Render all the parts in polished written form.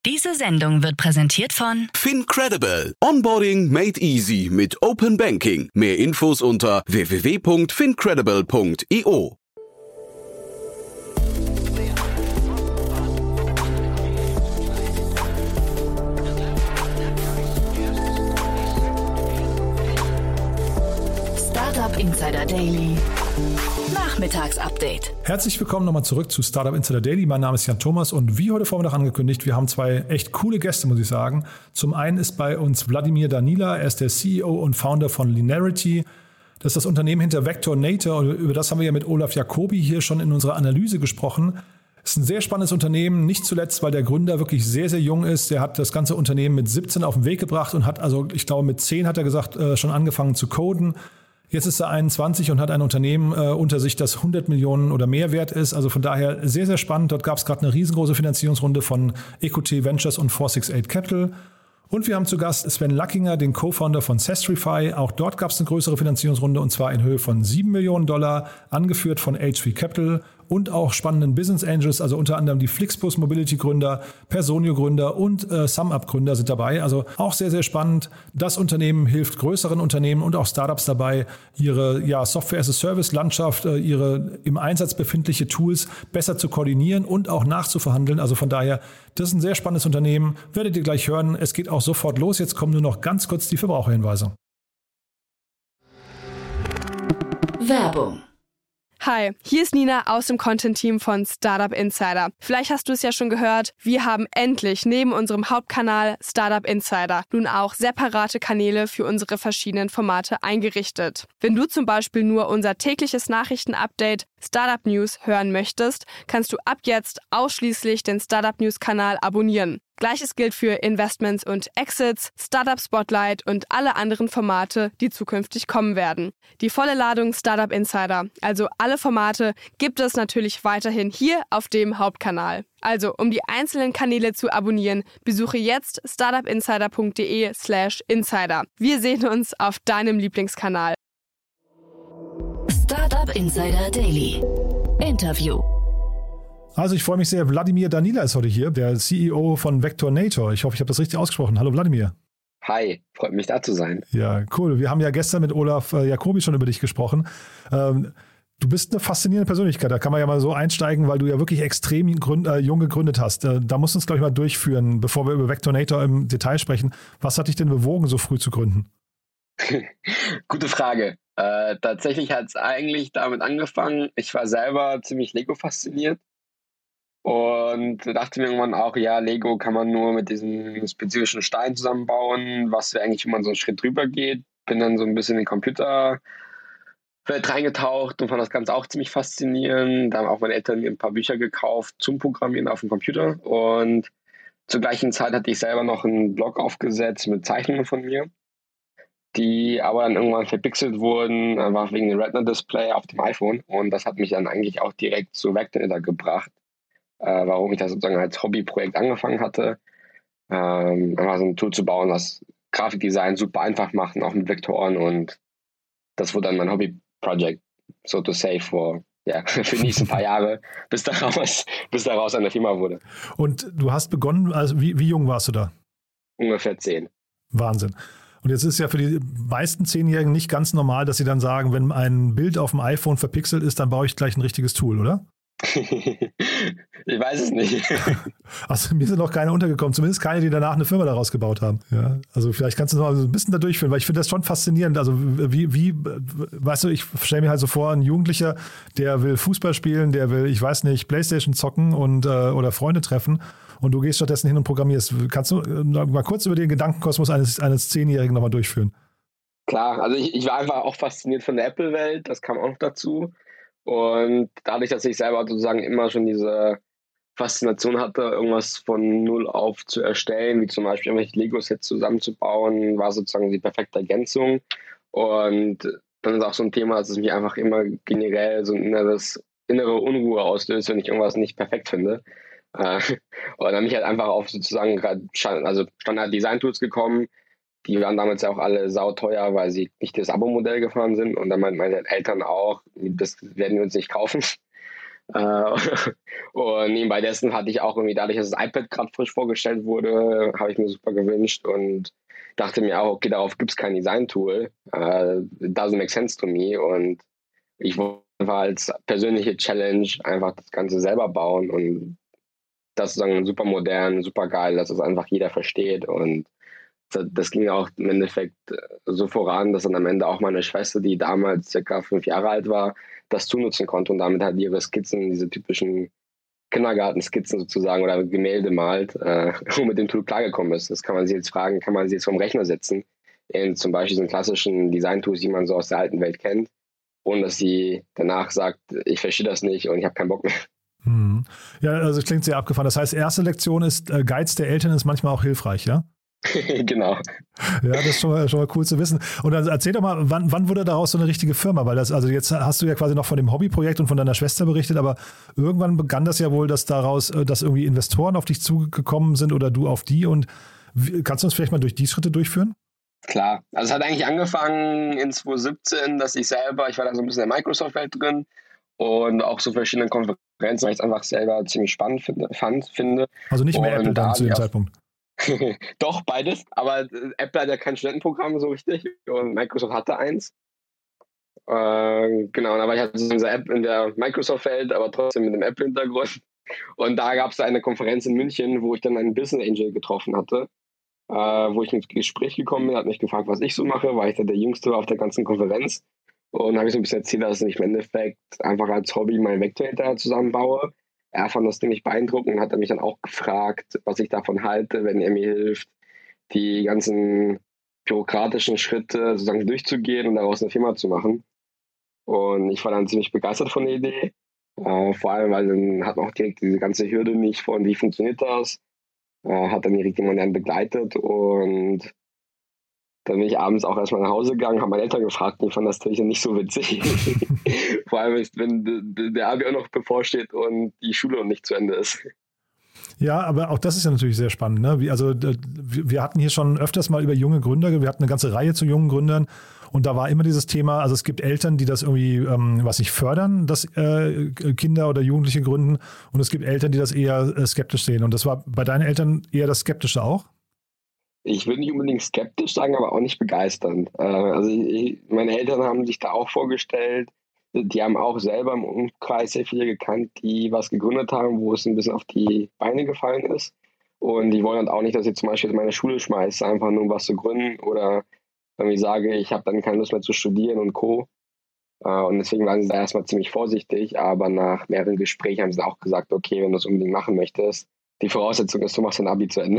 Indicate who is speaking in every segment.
Speaker 1: Diese Sendung wird präsentiert von
Speaker 2: FinCredible. Onboarding made easy mit Open Banking. Mehr Infos unter www.fincredible.io.
Speaker 1: Startup Insider Daily. Nachmittagsupdate.
Speaker 3: Herzlich willkommen nochmal zurück zu Startup Insider Daily. Mein Name ist Jan Thomas und wie heute Vormittag angekündigt, wir haben zwei echt coole Gäste, muss ich sagen. Zum einen ist bei uns Wladimir Danila, er ist der CEO und Founder von Linearity. Das ist das Unternehmen hinter Vectornator und über das haben wir ja mit Olaf Jacobi hier schon in unserer Analyse gesprochen. Es ist ein sehr spannendes Unternehmen, nicht zuletzt, weil der Gründer wirklich sehr, sehr jung ist. Der hat das ganze Unternehmen mit 17 auf den Weg gebracht und hat, also ich glaube mit 10 hat er gesagt, schon angefangen zu coden. Jetzt ist er 21 und hat ein Unternehmen unter sich, das 100 Millionen oder mehr wert ist. Also von daher sehr, sehr spannend. Dort gab es gerade eine riesengroße Finanzierungsrunde von EQT Ventures und 468 Capital. Und wir haben zu Gast Sven Lackinger, den Co-Founder von Sestrify. Auch dort gab es eine größere Finanzierungsrunde und zwar in Höhe von $7 Millionen, angeführt von H3 Capital und auch spannenden Business Angels, also unter anderem die Flixbus Mobility Gründer, Personio Gründer und SumUp Gründer sind dabei. Also auch sehr, sehr spannend. Das Unternehmen hilft größeren Unternehmen und auch Startups dabei, ihre Software-as-a-Service-Landschaft, ihre im Einsatz befindliche Tools besser zu koordinieren und auch nachzuverhandeln. Also von daher, das ist ein sehr spannendes Unternehmen. Werdet ihr gleich hören. Es geht auch sofort los. Jetzt kommen nur noch ganz kurz die Verbraucherhinweise.
Speaker 1: Werbung.
Speaker 4: Hi, hier ist Nina aus dem Content-Team von Startup Insider. Vielleicht hast du es ja schon gehört, wir haben endlich neben unserem Hauptkanal Startup Insider nun auch separate Kanäle für unsere verschiedenen Formate eingerichtet. Wenn du zum Beispiel nur unser tägliches Nachrichtenupdate Startup News hören möchtest, kannst du ab jetzt ausschließlich den Startup News Kanal abonnieren. Gleiches gilt für Investments und Exits, Startup Spotlight und alle anderen Formate, die zukünftig kommen werden. Die volle Ladung Startup Insider, also alle Formate, gibt es natürlich weiterhin hier auf dem Hauptkanal. Also, um die einzelnen Kanäle zu abonnieren, besuche jetzt startupinsider.de/insider. Wir sehen uns auf deinem Lieblingskanal.
Speaker 1: Startup Insider Daily. Interview.
Speaker 3: Also ich freue mich sehr, Wladimir Danila ist heute hier, der CEO von Vectornator. Ich hoffe, ich habe das richtig ausgesprochen. Hallo Wladimir.
Speaker 5: Hi, freut mich da zu sein.
Speaker 3: Ja, cool. Wir haben ja gestern mit Olaf Jacobi schon über dich gesprochen. Du bist eine faszinierende Persönlichkeit, da kann man ja mal so einsteigen, weil du ja wirklich extrem jung gegründet hast. Da musst du uns, glaube ich, mal durchführen, bevor wir über Vectornator im Detail sprechen. Was hat dich denn bewogen, so früh zu gründen?
Speaker 5: Gute Frage. Tatsächlich hat es eigentlich damit angefangen, ich war selber ziemlich Lego fasziniert. Und dachte mir irgendwann auch, ja, Lego kann man nur mit diesem spezifischen Stein zusammenbauen. Was wäre eigentlich, wenn man so einen Schritt drüber geht? Bin dann so ein bisschen in die Computerwelt reingetaucht und fand das Ganze auch ziemlich faszinierend. Da haben auch meine Eltern mir ein paar Bücher gekauft zum Programmieren auf dem Computer. Und zur gleichen Zeit hatte ich selber noch einen Blog aufgesetzt mit Zeichnungen von mir, die aber dann irgendwann verpixelt wurden, einfach wegen dem Retina-Display auf dem iPhone. Und das hat mich dann eigentlich auch direkt zu Vectornator gebracht. Warum ich das sozusagen als Hobbyprojekt angefangen hatte, einfach so ein Tool zu bauen, was Grafikdesign super einfach macht, auch mit Vektoren, und das wurde dann mein Hobbyproject, so to say, für die nächsten paar Jahre, bis daraus eine Firma wurde.
Speaker 3: Und du hast begonnen, also wie jung warst du da?
Speaker 5: Ungefähr 10.
Speaker 3: Wahnsinn. Und jetzt ist ja für die meisten 10-Jährigen nicht ganz normal, dass sie dann sagen, wenn ein Bild auf dem iPhone verpixelt ist, dann baue ich gleich ein richtiges Tool, oder?
Speaker 5: Ich weiß es nicht.
Speaker 3: Also mir sind noch keine untergekommen, zumindest keine, die danach eine Firma daraus gebaut haben. Ja, also vielleicht kannst du noch mal so ein bisschen da durchführen, weil ich finde das schon faszinierend. Also weißt du, ich stelle mir halt so vor, ein Jugendlicher, der will Fußball spielen, der will, ich weiß nicht, Playstation zocken und oder Freunde treffen, und du gehst stattdessen hin und programmierst. Kannst du mal kurz über den Gedankenkosmos eines 10-Jährigen nochmal durchführen?
Speaker 5: Klar, also ich war einfach auch fasziniert von der Apple-Welt, das kam auch noch dazu. Und dadurch, dass ich selber sozusagen immer schon diese Faszination hatte, irgendwas von null auf zu erstellen, wie zum Beispiel irgendwelche Lego-Sets zusammenzubauen, war sozusagen die perfekte Ergänzung. Und dann ist auch so ein Thema, dass es mich einfach immer generell so ein innere Unruhe auslöst, wenn ich irgendwas nicht perfekt finde. Und dann bin ich halt einfach auf sozusagen Standard-Design-Tools gekommen. Die waren damals ja auch alle sauteuer, weil sie nicht das Abo-Modell gefahren sind. Und dann meinten meine Eltern auch, das werden wir uns nicht kaufen. Und nebenbei dessen hatte ich auch irgendwie, dadurch, dass das iPad gerade frisch vorgestellt wurde, habe ich mir super gewünscht und dachte mir auch, okay, darauf gibt es kein Design-Tool. Doesn't make sense to me. Und ich wollte als persönliche Challenge einfach das Ganze selber bauen und das sozusagen super modern, super geil, dass es einfach jeder versteht. Und das ging auch im Endeffekt so voran, dass dann am Ende auch meine Schwester, die damals circa 5 Jahre alt war, das zunutzen konnte und damit halt ihre Skizzen, diese typischen Kindergartenskizzen sozusagen oder Gemälde malt und mit dem Tool klargekommen ist. Das kann man sich jetzt fragen, kann man sie jetzt vom Rechner setzen, in zum Beispiel so einen klassischen Design-Tools, die man so aus der alten Welt kennt, ohne dass sie danach sagt, ich verstehe das nicht und ich habe keinen Bock mehr.
Speaker 3: Ja, also es klingt sehr abgefahren. Das heißt, erste Lektion ist, Geiz der Eltern ist manchmal auch hilfreich, ja?
Speaker 5: Genau.
Speaker 3: Ja, das ist schon mal cool zu wissen. Und dann erzähl doch mal, wann wurde daraus so eine richtige Firma? Weil das, also jetzt hast du ja quasi noch von dem Hobbyprojekt und von deiner Schwester berichtet, aber irgendwann begann das ja wohl, dass irgendwie Investoren auf dich zugekommen sind oder du auf die. Und kannst du uns vielleicht mal durch die Schritte durchführen?
Speaker 5: Klar. Also es hat eigentlich angefangen in 2017, dass ich war da so ein bisschen in der Microsoft-Welt drin und auch so verschiedene Konferenzen, weil ich es einfach selber ziemlich spannend finde.
Speaker 3: Also nicht mehr Apple dann zu dem Zeitpunkt.
Speaker 5: Doch, beides. Aber Apple hat ja kein Studentenprogramm so richtig und Microsoft hatte eins. Genau, und da war ich halt so in der Microsoft-Welt, aber trotzdem mit dem Apple-Hintergrund. Und da gab es eine Konferenz in München, wo ich dann einen Business Angel getroffen hatte, wo ich ins Gespräch gekommen bin, hat mich gefragt, was ich so mache, weil ich da der Jüngste war auf der ganzen Konferenz. Und habe ich so ein bisschen erzählt, dass ich im Endeffekt einfach als Hobby meinen Vektorhinter zusammenbaue. Er fand das ziemlich beeindruckend und hat mich dann auch gefragt, was ich davon halte, wenn er mir hilft, die ganzen bürokratischen Schritte sozusagen durchzugehen und daraus eine Firma zu machen. Und ich war dann ziemlich begeistert von der Idee. Vor allem, weil dann hat man auch direkt diese ganze Hürde nicht von, wie funktioniert das, hat dann direkt jemanden dann begleitet und dann bin ich abends auch erstmal nach Hause gegangen, habe meine Eltern gefragt, die fanden das natürlich nicht so witzig. Vor allem, wenn der Abi auch noch bevorsteht und die Schule noch nicht zu Ende ist.
Speaker 3: Ja, aber auch das ist ja natürlich sehr spannend. Ne? Wir hatten hier schon öfters mal über junge Gründer, wir hatten eine ganze Reihe zu jungen Gründern und da war immer dieses Thema, also es gibt Eltern, die das irgendwie, fördern, dass Kinder oder Jugendliche gründen und es gibt Eltern, die das eher skeptisch sehen und das war bei deinen Eltern eher das Skeptische auch?
Speaker 5: Ich würde nicht unbedingt skeptisch sagen, aber auch nicht begeisternd. Meine Eltern haben sich da auch vorgestellt, die haben auch selber im Umkreis sehr viele gekannt, die was gegründet haben, wo es ein bisschen auf die Beine gefallen ist. Und die wollen dann auch nicht, dass ich zum Beispiel meine Schule schmeiße, einfach nur um was zu gründen oder irgendwie sage, ich habe dann keine Lust mehr zu studieren und Co. Und deswegen waren sie da erstmal ziemlich vorsichtig, aber nach mehreren Gesprächen haben sie auch gesagt, okay, wenn du es unbedingt machen möchtest, die Voraussetzung ist, du machst dein Abi zu Ende.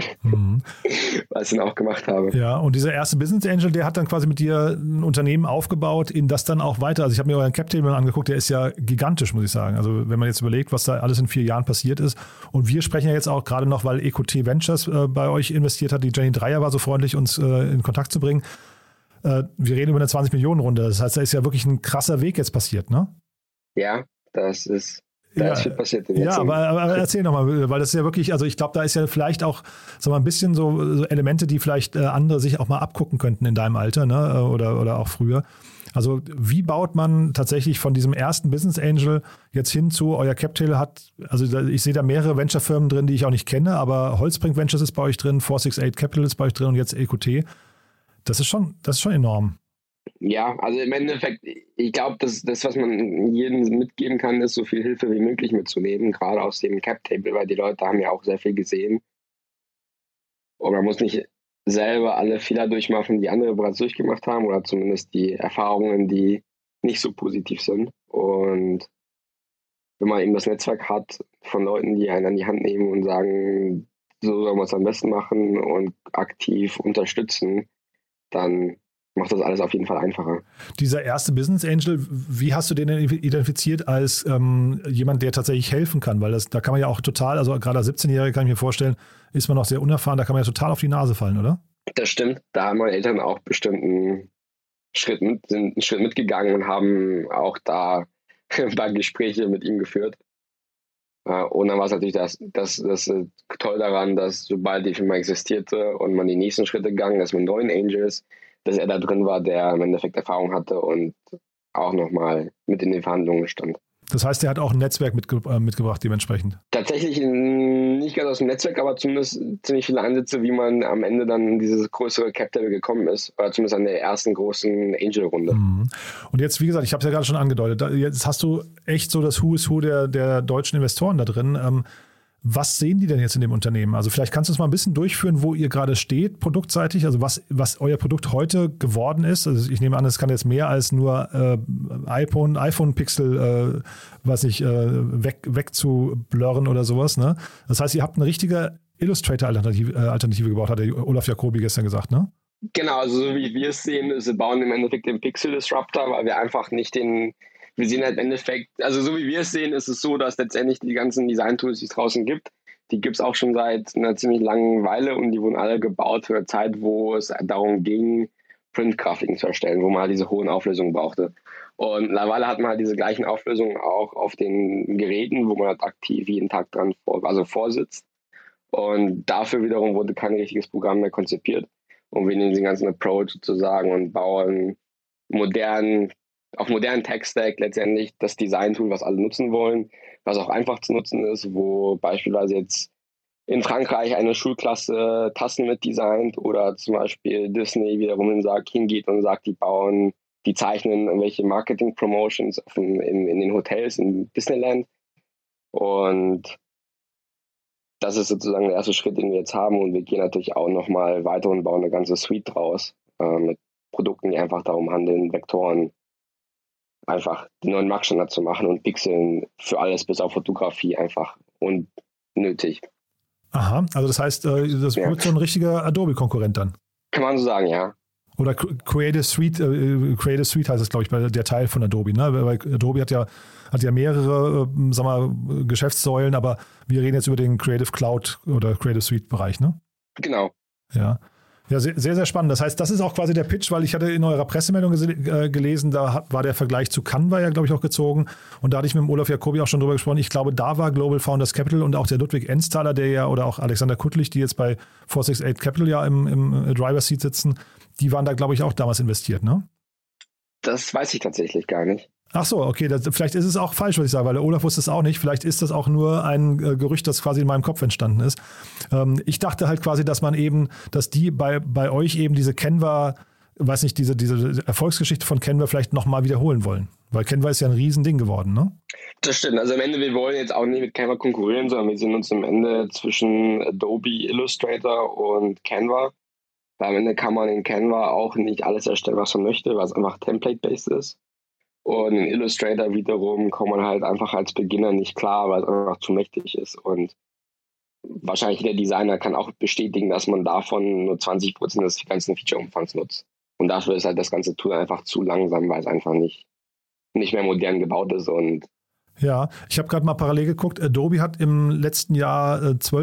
Speaker 5: Was ich dann auch gemacht habe.
Speaker 3: Ja, und dieser erste Business Angel, der hat dann quasi mit dir ein Unternehmen aufgebaut, in das dann auch weiter, also ich habe mir euren Cap-Table angeguckt, der ist ja gigantisch, muss ich sagen. Also wenn man jetzt überlegt, was da alles in 4 Jahren passiert ist. Und wir sprechen ja jetzt auch gerade noch, weil EQT Ventures bei euch investiert hat, die Jenny Dreier war so freundlich, uns in Kontakt zu bringen. Wir reden über eine 20-Millionen-Runde. Das heißt, da ist ja wirklich ein krasser Weg jetzt passiert, ne?
Speaker 5: Ja, das ist... Da ist viel passiert.
Speaker 3: Ja, aber erzähl nochmal, weil das ist ja wirklich, also ich glaube, da ist ja vielleicht auch so ein bisschen so Elemente, die vielleicht andere sich auch mal abgucken könnten in deinem Alter, ne? Oder auch früher. Also wie baut man tatsächlich von diesem ersten Business Angel jetzt hin zu, euer Cap-Table hat, also ich sehe da mehrere Venture-Firmen drin, die ich auch nicht kenne, aber Holzbrink Ventures ist bei euch drin, 468 Capital ist bei euch drin und jetzt EQT. Das ist schon enorm.
Speaker 5: Ja, also im Endeffekt, ich glaube, das, was man jedem mitgeben kann, ist, so viel Hilfe wie möglich mitzunehmen, gerade aus dem Cap-Table, weil die Leute haben ja auch sehr viel gesehen. Und man muss nicht selber alle Fehler durchmachen, die andere bereits durchgemacht haben, oder zumindest die Erfahrungen, die nicht so positiv sind. Und wenn man eben das Netzwerk hat von Leuten, die einen an die Hand nehmen und sagen, so soll man es am besten machen und aktiv unterstützen, dann macht das alles auf jeden Fall einfacher.
Speaker 3: Dieser erste Business Angel, wie hast du den denn identifiziert als jemand, der tatsächlich helfen kann? Weil da kann man ja auch total, also gerade als 17-Jährige kann ich mir vorstellen, ist man noch sehr unerfahren, da kann man ja total auf die Nase fallen, oder?
Speaker 5: Das stimmt. Da haben meine Eltern auch bestimmt sind einen Schritt mitgegangen und haben auch da ein paar Gespräche mit ihm geführt. Und dann war es natürlich das toll daran, dass sobald die Firma existierte und man die nächsten Schritte gegangen ist mit neuen Angels, dass er da drin war, der im Endeffekt Erfahrung hatte und auch nochmal mit in den Verhandlungen stand.
Speaker 3: Das heißt, er hat auch ein Netzwerk mitgebracht dementsprechend.
Speaker 5: Tatsächlich nicht ganz aus dem Netzwerk, aber zumindest ziemlich viele Ansätze, wie man am Ende dann in dieses größere Cap-Level gekommen ist. Oder zumindest an der ersten großen Angel-Runde.
Speaker 3: Und jetzt, wie gesagt, ich habe es ja gerade schon angedeutet, jetzt hast du echt so das Who is Who der deutschen Investoren da drin. Was sehen die denn jetzt in dem Unternehmen? Also vielleicht kannst du es mal ein bisschen durchführen, wo ihr gerade steht, produktseitig, also was euer Produkt heute geworden ist. Also ich nehme an, es kann jetzt mehr als nur iPhone-Pixel, wegzublurren oder sowas. Ne? Das heißt, ihr habt eine richtige Illustrator-Alternative gebaut, hat der Olaf Jacobi gestern gesagt, ne?
Speaker 5: Genau, also so wie wir es sehen, wir bauen im Endeffekt den Pixel-Disruptor, weil wir einfach nicht wir sehen halt im Endeffekt, also so wie wir es sehen, ist es so, dass letztendlich die ganzen Design-Tools, die es draußen gibt, die gibt es auch schon seit einer ziemlich langen Weile und die wurden alle gebaut für eine Zeit, wo es darum ging, Print-Grafiken zu erstellen, wo man halt diese hohen Auflösungen brauchte. Und mittlerweile hat man halt diese gleichen Auflösungen auch auf den Geräten, wo man halt aktiv jeden Tag dran vorsitzt. Und dafür wiederum wurde kein richtiges Programm mehr konzipiert. Und wir nehmen den ganzen Approach sozusagen und bauen auf modernen Tech-Stack letztendlich das Design-Tool, was alle nutzen wollen, was auch einfach zu nutzen ist, wo beispielsweise jetzt in Frankreich eine Schulklasse Tassen mit designt oder zum Beispiel Disney wiederum hingeht und sagt, die zeichnen irgendwelche Marketing-Promotions in den Hotels in Disneyland. Und das ist sozusagen der erste Schritt, den wir jetzt haben. Und wir gehen natürlich auch nochmal weiter und bauen eine ganze Suite draus mit Produkten, die einfach darum handeln, Vektoren einfach den neuen Marktstandard zu machen und Pixeln für alles bis auf Fotografie einfach unnötig.
Speaker 3: Aha, also das heißt, das wird so ein richtiger Adobe-Konkurrent dann.
Speaker 5: Kann man so sagen, ja.
Speaker 3: Oder Creative Suite heißt es, glaube ich, bei der Teil von Adobe. Ne? Weil Adobe hat ja mehrere Geschäftssäulen, aber wir reden jetzt über den Creative Cloud oder Creative Suite-Bereich, ne?
Speaker 5: Genau.
Speaker 3: Ja. Ja, sehr, sehr spannend. Das heißt, das ist auch quasi der Pitch, weil ich hatte in eurer Pressemeldung gelesen, da war der Vergleich zu Canva ja, glaube ich, auch gezogen. Und da hatte ich mit dem Olaf Jacobi auch schon drüber gesprochen. Ich glaube, da war Global Founders Capital und auch der Ludwig Ensthaler, oder auch Alexander Kuttlich, die jetzt bei 468 Capital ja im Driver's Seat sitzen, die waren da, glaube ich, auch damals investiert, ne?
Speaker 5: Das weiß ich tatsächlich gar nicht.
Speaker 3: Ach so, okay, vielleicht ist es auch falsch, was ich sage, weil der Olaf wusste es auch nicht. Vielleicht ist das auch nur ein Gerücht, das quasi in meinem Kopf entstanden ist. Ich dachte halt quasi, dass die bei euch eben diese Canva, weiß nicht, diese Erfolgsgeschichte von Canva vielleicht nochmal wiederholen wollen. Weil Canva ist ja ein Riesending geworden, ne?
Speaker 5: Das stimmt. Also am Ende, wir wollen jetzt auch nicht mit Canva konkurrieren, sondern wir sehen uns am Ende zwischen Adobe Illustrator und Canva. Weil am Ende kann man in Canva auch nicht alles erstellen, was man möchte, weil es einfach template-based ist. Und in Illustrator wiederum kommt man halt einfach als Beginner nicht klar, weil es einfach zu mächtig ist. Und wahrscheinlich der Designer kann auch bestätigen, dass man davon nur 20% des ganzen Feature-Umfangs nutzt. Und dafür ist halt das ganze Tool einfach zu langsam, weil es einfach nicht mehr modern gebaut ist. Und
Speaker 3: ja, ich habe gerade mal parallel geguckt. Adobe hat im letzten Jahr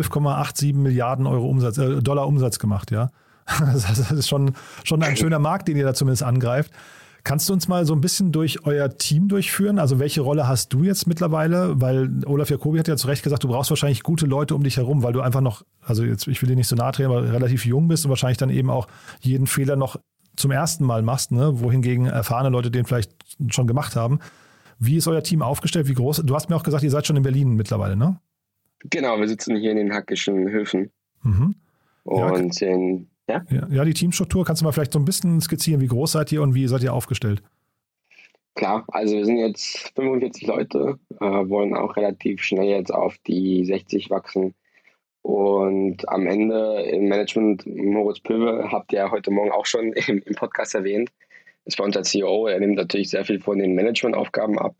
Speaker 3: 12,87 Milliarden Dollar Umsatz gemacht, ja. Das ist schon ein schöner Markt, den ihr da zumindest angreift. Kannst du uns mal so ein bisschen durch euer Team durchführen? Also welche Rolle hast du jetzt mittlerweile? Weil Olaf Jacobi hat ja zu Recht gesagt, du brauchst wahrscheinlich gute Leute um dich herum, weil du einfach noch, also jetzt, ich will dir nicht so nahe treten, aber relativ jung bist und wahrscheinlich dann eben auch jeden Fehler noch zum ersten Mal machst, ne? Wohingegen erfahrene Leute den vielleicht schon gemacht haben. Wie ist euer Team aufgestellt? Wie groß? Du hast mir auch gesagt, ihr seid schon in Berlin mittlerweile, ne?
Speaker 5: Genau, wir sitzen hier in den Hackischen Höfen.
Speaker 3: Mhm.
Speaker 5: Und
Speaker 3: Ja, die Teamstruktur, kannst du mal vielleicht so ein bisschen skizzieren, wie groß seid ihr und wie seid ihr aufgestellt?
Speaker 5: Klar, also wir sind jetzt 45 Leute, wollen auch relativ schnell jetzt auf die 60 wachsen. Und am Ende im Management, Moritz Pöwe, habt ihr ja heute Morgen auch schon im Podcast erwähnt, ist bei uns der CEO, er nimmt natürlich sehr viel von den Managementaufgaben ab.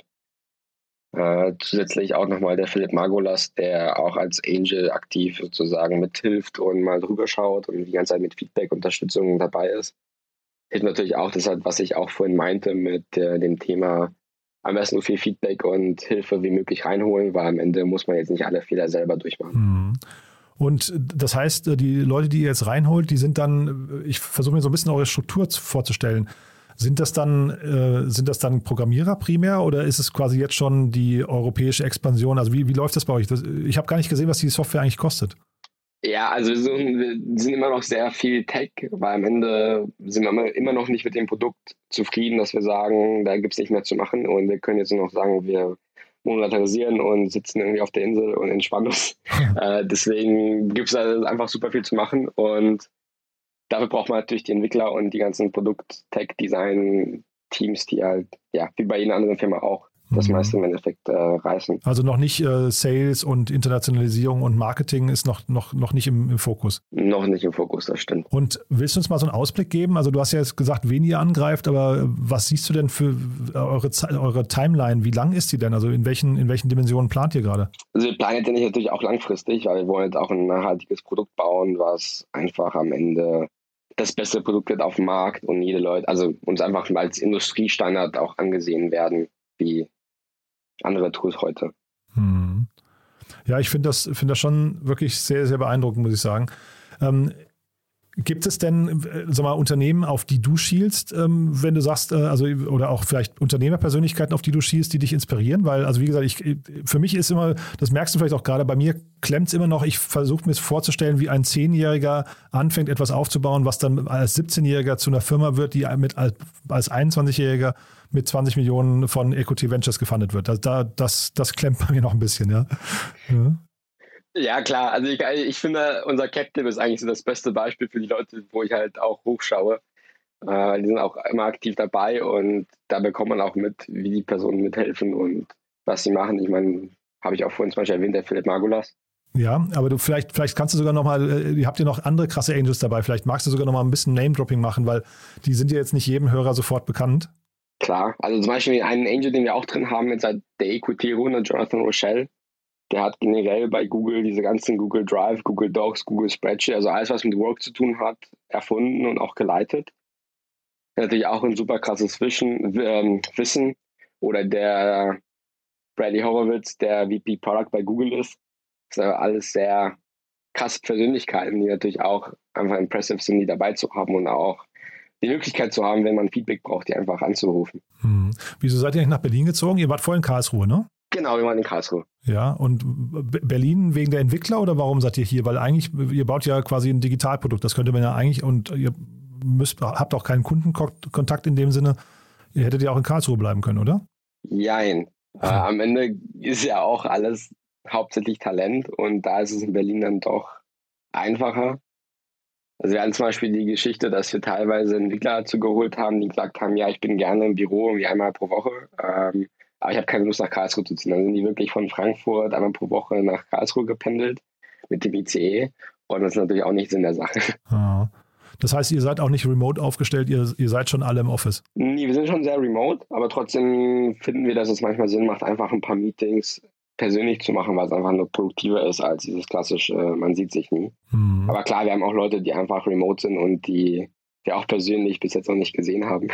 Speaker 5: Zusätzlich auch nochmal der Philipp Margolas, der auch als Angel aktiv sozusagen mithilft und mal drüber schaut und die ganze Zeit mit Feedback, Unterstützung dabei ist. Hilft natürlich auch, das halt, was ich auch vorhin meinte mit dem Thema, am besten so viel Feedback und Hilfe wie möglich reinholen, weil am Ende muss man jetzt nicht alle Fehler selber durchmachen.
Speaker 3: Und das heißt, die Leute, die ihr jetzt reinholt, die sind dann, ich versuche mir so ein bisschen eure Struktur vorzustellen. Sind das dann Programmierer primär oder ist es quasi jetzt schon die europäische Expansion? Also wie läuft das bei euch? Ich habe gar nicht gesehen, was die Software eigentlich kostet.
Speaker 5: Ja, also wir sind immer noch sehr viel Tech, weil am Ende sind wir immer noch nicht mit dem Produkt zufrieden, dass wir sagen, da gibt es nicht mehr zu machen und wir können jetzt nur noch sagen, wir monetarisieren und sitzen irgendwie auf der Insel und entspannen uns. Deswegen gibt es da einfach super viel zu machen und dafür braucht man natürlich die Entwickler und die ganzen Produkt-Tech-Design-Teams, die halt, ja, wie bei jeder anderen Firma auch, das meiste im Endeffekt reißen.
Speaker 3: Also noch nicht Sales und Internationalisierung und Marketing ist noch nicht im Fokus.
Speaker 5: Noch nicht im Fokus, das stimmt.
Speaker 3: Und willst du uns mal so einen Ausblick geben? Also du hast ja jetzt gesagt, wen ihr angreift, aber was siehst du denn für eure Timeline? Wie lang ist die denn? Also in welchen Dimensionen plant ihr gerade?
Speaker 5: Also wir planen jetzt natürlich auch langfristig, weil wir wollen jetzt auch ein nachhaltiges Produkt bauen, was einfach am Ende das beste Produkt wird auf dem Markt und jede Leute, also uns einfach als Industriestandard auch angesehen werden, wie andere Tools heute.
Speaker 3: Ja, ich finde das schon wirklich sehr, sehr beeindruckend, muss ich sagen. Gibt es denn, sag mal, Unternehmen, auf die du schielst, wenn du sagst, oder auch vielleicht Unternehmerpersönlichkeiten, auf die du schielst, die dich inspirieren? Weil, also wie gesagt, für mich ist immer, das merkst du vielleicht auch gerade, bei mir klemmt es immer noch, ich versuche mir es vorzustellen, wie ein 10-Jähriger anfängt, etwas aufzubauen, was dann als 17-Jähriger zu einer Firma wird, die als 21-Jähriger mit 20 Millionen von Equity Ventures gefundet wird. Das klemmt bei mir noch ein bisschen, ja.
Speaker 5: Ja, klar. Also ich finde, unser Captive ist eigentlich so das beste Beispiel für die Leute, wo ich halt auch hochschaue. Die sind auch immer aktiv dabei und da bekommt man auch mit, wie die Personen mithelfen und was sie machen. Ich meine, habe ich auch vorhin zum Beispiel erwähnt, der Philipp Margulas.
Speaker 3: Ja, aber du vielleicht kannst du sogar nochmal, ihr habt ja noch andere krasse Angels dabei, vielleicht magst du sogar nochmal ein bisschen Name-Dropping machen, weil die sind ja jetzt nicht jedem Hörer sofort bekannt.
Speaker 5: Klar, also zum Beispiel einen Angel, den wir auch drin haben, jetzt seit der Equity-Runde, Jonathan Rochelle. Der hat generell bei Google diese ganzen Google Drive, Google Docs, Google Spreadsheet, also alles, was mit Work zu tun hat, erfunden und auch geleitet. Natürlich auch ein super krasses Wissen. Oder der Bradley Horowitz, der VP Product bei Google ist. Das sind alles sehr krasse Persönlichkeiten, die natürlich auch einfach impressive sind, die dabei zu haben und auch die Möglichkeit zu haben, wenn man Feedback braucht, die einfach anzurufen.
Speaker 3: Wieso seid ihr nicht nach Berlin gezogen? Ihr wart vorher in Karlsruhe, ne?
Speaker 5: Genau, wir waren in Karlsruhe.
Speaker 3: Ja, und Berlin wegen der Entwickler oder warum seid ihr hier? Weil eigentlich, ihr baut ja quasi ein Digitalprodukt, das könnte man ja eigentlich, und ihr habt auch keinen Kundenkontakt in dem Sinne, ihr hättet ja auch in Karlsruhe bleiben können, oder?
Speaker 5: Jein. Am Ende ist ja auch alles hauptsächlich Talent und da ist es in Berlin dann doch einfacher. Also wir hatten zum Beispiel die Geschichte, dass wir teilweise Entwickler dazu geholt haben, die gesagt haben, ja, ich bin gerne im Büro irgendwie einmal pro Woche, aber ich habe keine Lust nach Karlsruhe zu ziehen. Dann sind die wirklich von Frankfurt einmal pro Woche nach Karlsruhe gependelt mit dem ICE und das ist natürlich auch nichts in der Sache.
Speaker 3: Ah. Das heißt, ihr seid auch nicht remote aufgestellt, ihr seid schon alle im Office?
Speaker 5: Nee, wir sind schon sehr remote, aber trotzdem finden wir, dass es manchmal Sinn macht, einfach ein paar Meetings persönlich zu machen, weil es einfach nur produktiver ist als dieses klassische, man sieht sich nie. Aber klar, wir haben auch Leute, die einfach remote sind und die wir auch persönlich bis jetzt noch nicht gesehen haben.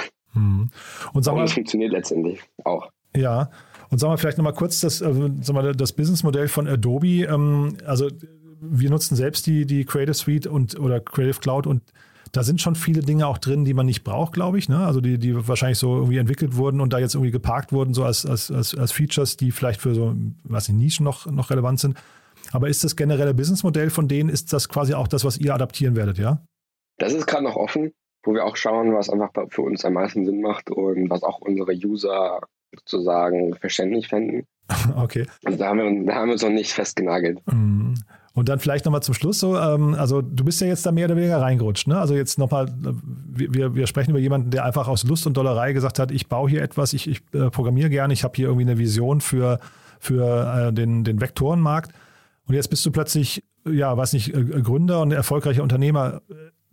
Speaker 3: Und sag mal,
Speaker 5: das funktioniert letztendlich auch.
Speaker 3: Ja, und sagen wir vielleicht nochmal kurz das Businessmodell von Adobe. Also wir nutzen selbst die Creative Suite oder Creative Cloud und da sind schon viele Dinge auch drin, die man nicht braucht, glaube ich. Ne? Also die wahrscheinlich so irgendwie entwickelt wurden und da jetzt irgendwie geparkt wurden, so als Features, die vielleicht für so, Nischen noch relevant sind. Aber ist das generelle Businessmodell von denen, ist das quasi auch das, was ihr adaptieren werdet, ja?
Speaker 5: Das ist gerade noch offen, wo wir auch schauen, was einfach für uns am meisten Sinn macht und was auch unsere User sozusagen verständlich fänden.
Speaker 3: Okay.
Speaker 5: Also da haben wir uns noch nicht festgenagelt.
Speaker 3: Und dann vielleicht nochmal zum Schluss so, also du bist ja jetzt da mehr oder weniger reingerutscht, ne? Also jetzt nochmal, wir sprechen über jemanden, der einfach aus Lust und Dollerei gesagt hat, ich baue hier etwas, ich programmiere gerne, ich habe hier irgendwie eine Vision für den Vektorenmarkt und jetzt bist du plötzlich, Gründer und erfolgreicher Unternehmer.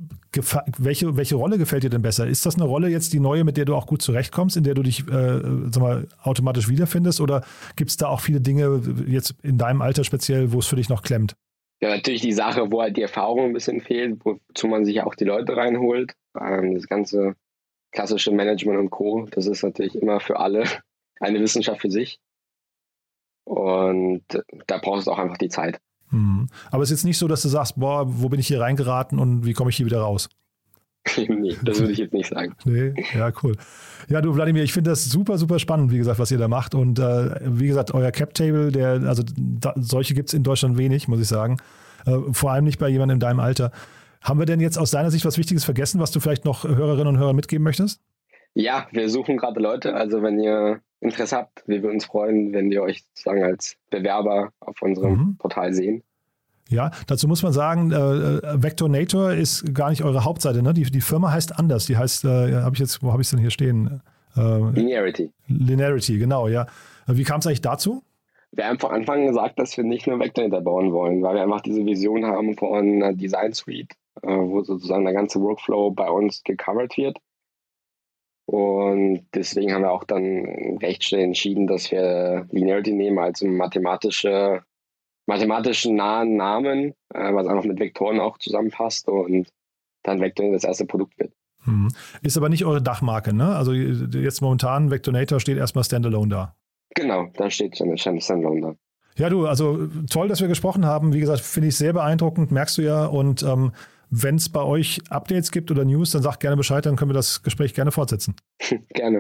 Speaker 3: Welche Rolle gefällt dir denn besser? Ist das eine Rolle jetzt die neue, mit der du auch gut zurechtkommst, in der du dich automatisch wiederfindest? Oder gibt es da auch viele Dinge jetzt in deinem Alter speziell, wo es für dich noch klemmt?
Speaker 5: Ja, natürlich die Sache, wo halt die Erfahrung ein bisschen fehlt, wozu man sich auch die Leute reinholt. Das ganze klassische Management und Co., das ist natürlich immer für alle eine Wissenschaft für sich. Und da brauchst du auch einfach die Zeit.
Speaker 3: Aber es ist jetzt nicht so, dass du sagst, boah, wo bin ich hier reingeraten und wie komme ich hier wieder raus?
Speaker 5: Nee, das würde ich jetzt nicht sagen.
Speaker 3: Nee, ja, cool. Ja, du Wladimir, ich finde das super, super spannend, wie gesagt, was ihr da macht. Und wie gesagt, euer Cap-Table, solche gibt es in Deutschland wenig, muss ich sagen. Vor allem nicht bei jemandem in deinem Alter. Haben wir denn jetzt aus deiner Sicht was Wichtiges vergessen, was du vielleicht noch Hörerinnen und Hörern mitgeben möchtest?
Speaker 5: Ja, wir suchen gerade Leute. Also wenn ihr Interesse habt, wir würden uns freuen, wenn wir euch sozusagen als Bewerber auf unserem Portal sehen.
Speaker 3: Ja, dazu muss man sagen, Vectornator ist gar nicht eure Hauptseite, ne? Die Firma heißt anders. Die heißt, wo habe ich es denn hier stehen?
Speaker 5: Linearity.
Speaker 3: Linearity, genau, ja. Wie kam es eigentlich dazu?
Speaker 5: Wir haben von Anfang an gesagt, dass wir nicht nur Vectornator bauen wollen, weil wir einfach diese Vision haben von einer Design Suite, wo sozusagen der ganze Workflow bei uns gecovert wird. Und deswegen haben wir auch dann recht schnell entschieden, dass wir Linearity nehmen als mathematischen nahen Namen, was einfach mit Vektoren auch zusammenpasst und dann Vectornator das erste Produkt wird.
Speaker 3: Ist aber nicht eure Dachmarke, ne? Also jetzt momentan Vectornator steht erstmal Standalone da.
Speaker 5: Genau, da steht schon Standalone da.
Speaker 3: Ja, du, also toll, dass wir gesprochen haben. Wie gesagt, finde ich sehr beeindruckend, merkst du ja. Und wenn es bei euch Updates gibt oder News, dann sag gerne Bescheid, dann können wir das Gespräch gerne fortsetzen.
Speaker 5: Gerne.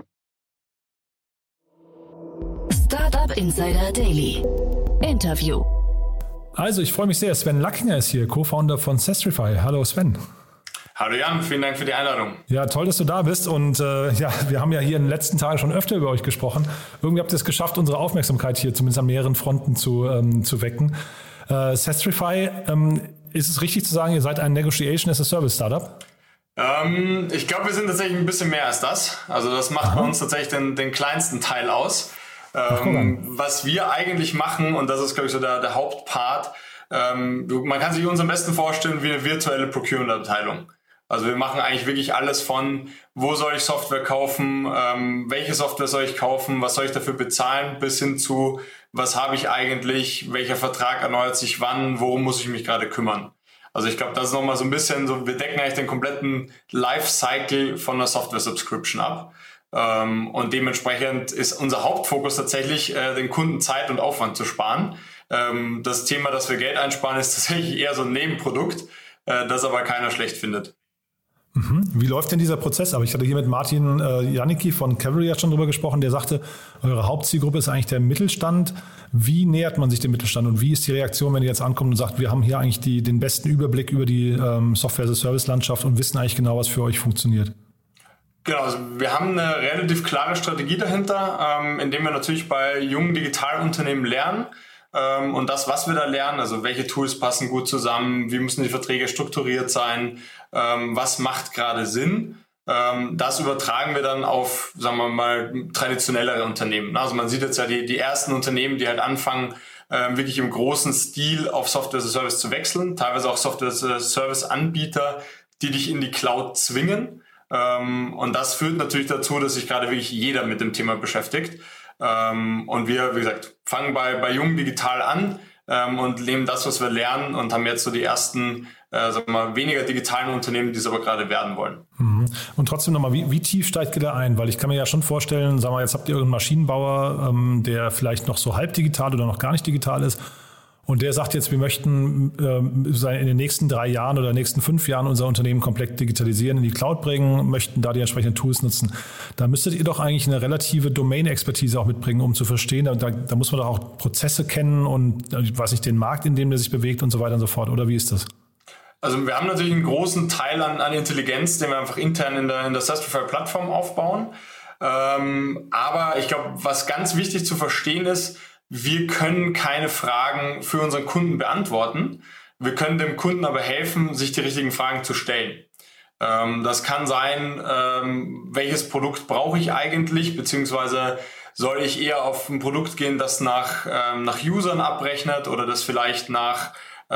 Speaker 1: Startup Insider Daily. Interview.
Speaker 3: Also, ich freue mich sehr. Sven Lackinger ist hier, Co-Founder von Sestrify. Hallo Sven.
Speaker 6: Hallo Jan, vielen Dank für die Einladung.
Speaker 3: Ja, toll, dass du da bist. Und wir haben ja hier in den letzten Tagen schon öfter über euch gesprochen. Irgendwie habt ihr es geschafft, unsere Aufmerksamkeit hier zumindest an mehreren Fronten zu wecken. Sestrify, ist es richtig zu sagen, ihr seid ein Negotiation as a Service Startup?
Speaker 6: Ich glaube, wir sind tatsächlich ein bisschen mehr als das. Also das macht bei uns tatsächlich den kleinsten Teil aus. Was wir eigentlich machen, und das ist, glaube ich, so der Hauptpart, man kann sich uns am besten vorstellen wie eine virtuelle Procurement-Abteilung. Also wir machen eigentlich wirklich alles von, wo soll ich Software kaufen, welche Software soll ich kaufen, was soll ich dafür bezahlen, bis hin zu, was habe ich eigentlich, welcher Vertrag erneuert sich wann, worum muss ich mich gerade kümmern. Also ich glaube, das ist nochmal so ein bisschen so, wir decken eigentlich den kompletten Lifecycle von einer Software-Subscription ab. Und dementsprechend ist unser Hauptfokus tatsächlich, den Kunden Zeit und Aufwand zu sparen. Das Thema, dass wir Geld einsparen, ist tatsächlich eher so ein Nebenprodukt, das aber keiner schlecht findet.
Speaker 3: Wie läuft denn dieser Prozess? Aber ich hatte hier mit Martin Janicki von Cavalry schon drüber gesprochen, der sagte, eure Hauptzielgruppe ist eigentlich der Mittelstand. Wie nähert man sich dem Mittelstand und wie ist die Reaktion, wenn ihr jetzt ankommt und sagt, wir haben hier eigentlich den besten Überblick über die Software-as-a-Service-Landschaft und wissen eigentlich genau, was für euch funktioniert?
Speaker 6: Genau, also wir haben eine relativ klare Strategie dahinter, indem wir natürlich bei jungen Digitalunternehmen lernen. Und das, was wir da lernen, also welche Tools passen gut zusammen, wie müssen die Verträge strukturiert sein, was macht gerade Sinn, das übertragen wir dann auf, sagen wir mal, traditionellere Unternehmen. Also man sieht jetzt ja die ersten Unternehmen, die halt anfangen, wirklich im großen Stil auf Software as a Service zu wechseln, teilweise auch Software as a Service Anbieter, die dich in die Cloud zwingen. Und das führt natürlich dazu, dass sich gerade wirklich jeder mit dem Thema beschäftigt. Und wir, wie gesagt, fangen bei Jung Digital an und nehmen das, was wir lernen und haben jetzt so die ersten, sagen wir mal, weniger digitalen Unternehmen, die es aber gerade werden wollen.
Speaker 3: Und trotzdem nochmal, wie tief steigt ihr da ein? Weil ich kann mir ja schon vorstellen, sagen wir, jetzt habt ihr irgendeinen Maschinenbauer, der vielleicht noch so halb digital oder noch gar nicht digital ist. Und der sagt jetzt, wir möchten in den nächsten 3 Jahren oder nächsten 5 Jahren unser Unternehmen komplett digitalisieren, in die Cloud bringen, möchten da die entsprechenden Tools nutzen. Da müsstet ihr doch eigentlich eine relative Domain-Expertise auch mitbringen, um zu verstehen. Da muss man doch auch Prozesse kennen und, ich weiß nicht, den Markt, in dem der sich bewegt und so weiter und so fort. Oder wie ist das?
Speaker 6: Also wir haben natürlich einen großen Teil an Intelligenz, den wir einfach intern in der Sestrify-Plattform aufbauen. Aber ich glaube, was ganz wichtig zu verstehen ist, wir können keine Fragen für unseren Kunden beantworten. Wir können dem Kunden aber helfen, sich die richtigen Fragen zu stellen. Das kann sein, welches Produkt brauche ich eigentlich, beziehungsweise soll ich eher auf ein Produkt gehen, das nach Usern abrechnet oder das vielleicht nach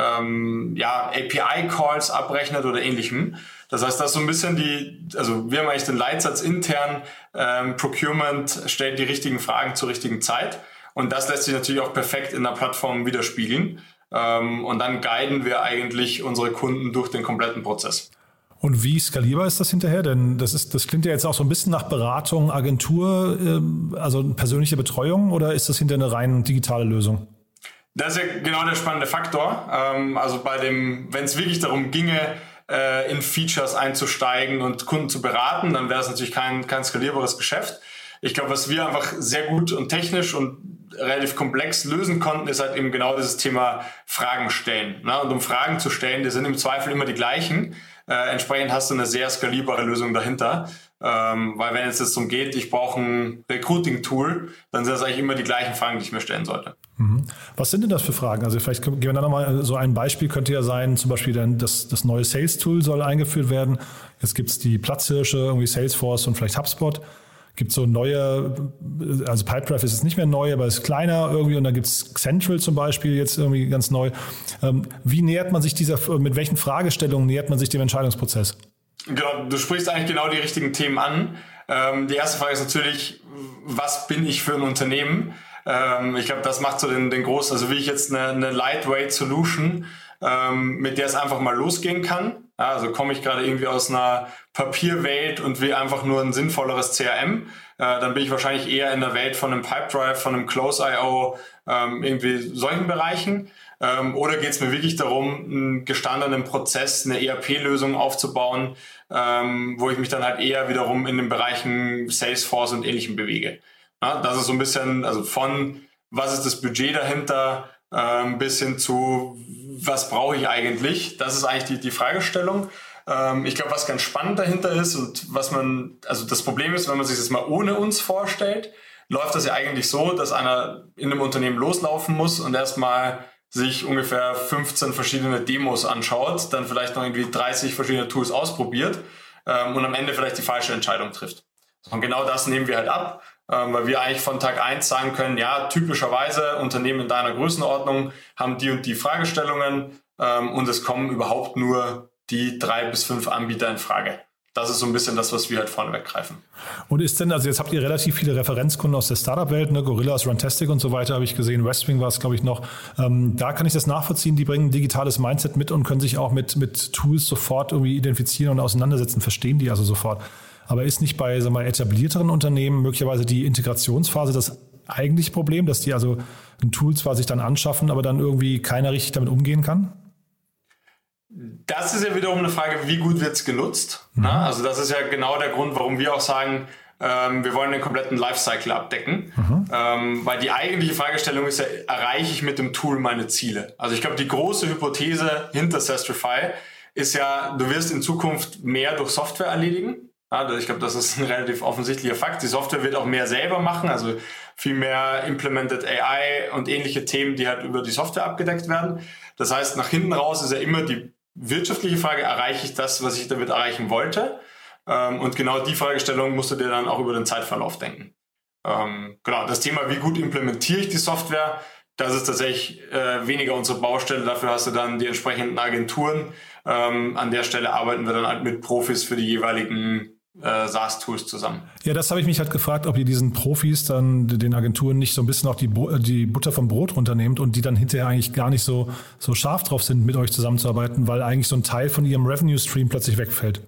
Speaker 6: API-Calls abrechnet oder ähnlichem. Das heißt, das ist so ein bisschen wir haben eigentlich den Leitsatz intern, Procurement stellt die richtigen Fragen zur richtigen Zeit. Und das lässt sich natürlich auch perfekt in der Plattform widerspiegeln. Und dann guiden wir eigentlich unsere Kunden durch den kompletten Prozess.
Speaker 3: Und wie skalierbar ist das hinterher? Denn das klingt ja jetzt auch so ein bisschen nach Beratung, Agentur, also persönliche Betreuung, oder ist das hinterher eine rein digitale Lösung?
Speaker 6: Das ist ja genau der spannende Faktor. Also wenn es wirklich darum ginge, in Features einzusteigen und Kunden zu beraten, dann wäre es natürlich kein skalierbares Geschäft. Ich glaube, was wir einfach sehr gut und technisch und relativ komplex lösen konnten, ist halt eben genau dieses Thema Fragen stellen. Ne? Und um Fragen zu stellen, die sind im Zweifel immer die gleichen. Entsprechend hast du eine sehr skalierbare Lösung dahinter. Weil wenn es jetzt darum geht, ich brauche ein Recruiting-Tool, dann sind das eigentlich immer die gleichen Fragen, die ich mir stellen sollte.
Speaker 3: Was sind denn das für Fragen? Also vielleicht geben wir da nochmal so ein Beispiel, könnte ja sein, zum Beispiel dann das neue Sales-Tool soll eingeführt werden. Jetzt gibt es die Platzhirsche, irgendwie Salesforce und vielleicht HubSpot. Gibt so neue, also Pipedrive ist jetzt nicht mehr neu, aber ist kleiner irgendwie und dann gibt es Central zum Beispiel jetzt irgendwie ganz neu. Wie nähert man sich mit welchen Fragestellungen nähert man sich dem Entscheidungsprozess?
Speaker 6: Genau, du sprichst eigentlich genau die richtigen Themen an. Die erste Frage ist natürlich, was bin ich für ein Unternehmen? Ich glaube, das macht so den großen, also will ich jetzt eine Lightweight Solution, mit der es einfach mal losgehen kann. Ja, also komme ich gerade irgendwie aus einer Papierwelt und will einfach nur ein sinnvolleres CRM, dann bin ich wahrscheinlich eher in der Welt von einem Pipedrive, von einem Close.io, irgendwie solchen Bereichen. Oder geht es mir wirklich darum, einen gestandenen Prozess, eine ERP-Lösung aufzubauen, wo ich mich dann halt eher wiederum in den Bereichen Salesforce und Ähnlichem bewege. Ja, das ist so ein bisschen, also von was ist das Budget dahinter, bis hin zu was brauche ich eigentlich? Das ist eigentlich die Fragestellung. Ich glaube, was ganz spannend dahinter ist und also das Problem ist, wenn man sich das mal ohne uns vorstellt, läuft das ja eigentlich so, dass einer in einem Unternehmen loslaufen muss und erstmal sich ungefähr 15 verschiedene Demos anschaut, dann vielleicht noch irgendwie 30 verschiedene Tools ausprobiert und am Ende vielleicht die falsche Entscheidung trifft. Und genau das nehmen wir halt ab, weil wir eigentlich von Tag 1 sagen können, ja, typischerweise Unternehmen in deiner Größenordnung haben die und die Fragestellungen und es kommen überhaupt nur die 3 bis 5 Anbieter in Frage. Das ist so ein bisschen das, was wir halt vorneweg greifen.
Speaker 3: Und ist denn, also jetzt habt ihr relativ viele Referenzkunden aus der Startup-Welt, ne? Gorillas, Runtastic und so weiter, habe ich gesehen, Westwing war es, glaube ich, noch. Da kann ich das nachvollziehen, die bringen ein digitales Mindset mit und können sich auch mit Tools sofort irgendwie identifizieren und auseinandersetzen, verstehen die also sofort. Aber ist nicht bei, sagen wir mal, etablierteren Unternehmen möglicherweise die Integrationsphase das eigentliche Problem, dass die also ein Tool zwar sich dann anschaffen, aber dann irgendwie keiner richtig damit umgehen kann?
Speaker 6: Das ist ja wiederum eine Frage, wie gut wird es genutzt? Mhm. Also das ist ja genau der Grund, warum wir auch sagen, wir wollen den kompletten Lifecycle abdecken. Mhm. Weil die eigentliche Fragestellung ist ja, erreiche ich mit dem Tool meine Ziele? Also ich glaube, die große Hypothese hinter Sastrify ist ja, du wirst in Zukunft mehr durch Software erledigen. Also ich glaube, das ist ein relativ offensichtlicher Fakt. Die Software wird auch mehr selber machen, also viel mehr Implemented AI und ähnliche Themen, die halt über die Software abgedeckt werden. Das heißt, nach hinten raus ist ja immer die wirtschaftliche Frage, erreiche ich das, was ich damit erreichen wollte? Und genau die Fragestellung musst du dir dann auch über den Zeitverlauf denken. Genau, das Thema, wie gut implementiere ich die Software, das ist tatsächlich weniger unsere Baustelle. Dafür hast du dann die entsprechenden Agenturen. An der Stelle arbeiten wir dann halt mit Profis für die jeweiligen SaaS-Tools zusammen.
Speaker 3: Ja, das habe ich mich halt gefragt, ob ihr diesen Profis dann, den Agenturen, nicht so ein bisschen auch die Butter vom Brot runternehmt und die dann hinterher eigentlich gar nicht so scharf drauf sind, mit euch zusammenzuarbeiten, weil eigentlich so ein Teil von ihrem Revenue-Stream plötzlich wegfällt.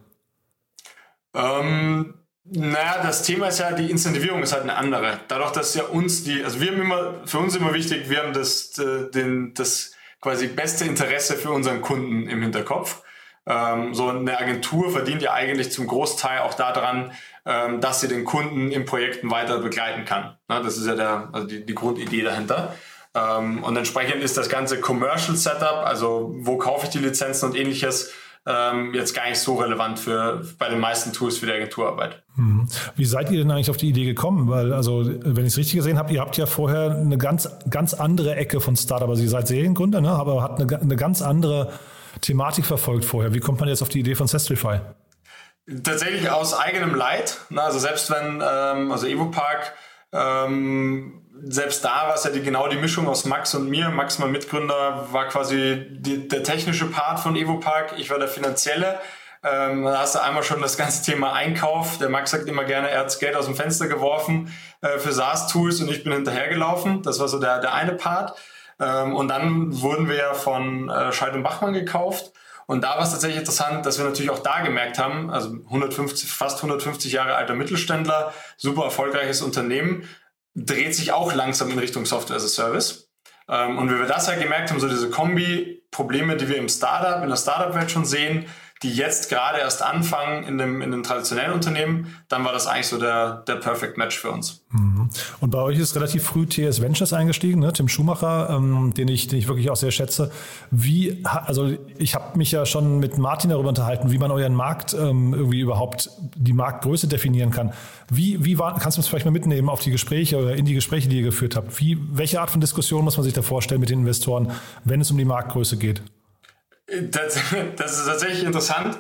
Speaker 6: Das Thema ist ja, die Incentivierung ist halt eine andere. Dadurch, dass ja also wir haben für uns immer wichtig, wir haben das quasi beste Interesse für unseren Kunden im Hinterkopf. So eine Agentur verdient ja eigentlich zum Großteil auch daran, dass sie den Kunden in Projekten weiter begleiten kann. Das ist ja die Grundidee dahinter. Und entsprechend ist das ganze Commercial Setup, also wo kaufe ich die Lizenzen und ähnliches, jetzt gar nicht so relevant bei den meisten Tools für die Agenturarbeit.
Speaker 3: Wie seid ihr denn eigentlich auf die Idee gekommen? Weil, also, wenn ich es richtig gesehen habe, ihr habt ja vorher eine ganz, ganz andere Ecke von Startup. Also ihr seid Seriengründer, ne? Aber habt eine ganz andere Thematik verfolgt vorher. Wie kommt man jetzt auf die Idee von Sastrify?
Speaker 6: Tatsächlich aus eigenem Leid. Also selbst wenn, Evopark, selbst da war es ja genau die Mischung aus Max und mir. Max, mein Mitgründer, war quasi der technische Part von Evopark. Ich war der finanzielle. Da hast du einmal schon das ganze Thema Einkauf. Der Max sagt immer gerne, er hat das Geld aus dem Fenster geworfen für SaaS-Tools und ich bin hinterhergelaufen. Das war so der eine Part. Und dann wurden wir ja von Scheid & Bachmann gekauft. Und da war es tatsächlich interessant, dass wir natürlich auch da gemerkt haben, also fast 150 Jahre alter Mittelständler, super erfolgreiches Unternehmen, dreht sich auch langsam in Richtung Software as a Service. Und wie wir das halt gemerkt haben, so diese Kombi-Probleme, die wir in der Startup-Welt schon sehen, die jetzt gerade erst anfangen in dem traditionellen Unternehmen, dann war das eigentlich so der Perfect Match für uns.
Speaker 3: Und bei euch ist relativ früh TS Ventures eingestiegen, ne? Tim Schumacher, den ich wirklich auch sehr schätze. Also ich habe mich ja schon mit Martin darüber unterhalten, wie man euren Markt irgendwie überhaupt die Marktgröße definieren kann. Kannst du uns vielleicht mal mitnehmen auf die Gespräche oder in die Gespräche, die ihr geführt habt? Welche Art von Diskussion muss man sich da vorstellen mit den Investoren, wenn es um die Marktgröße geht?
Speaker 6: Das ist tatsächlich interessant.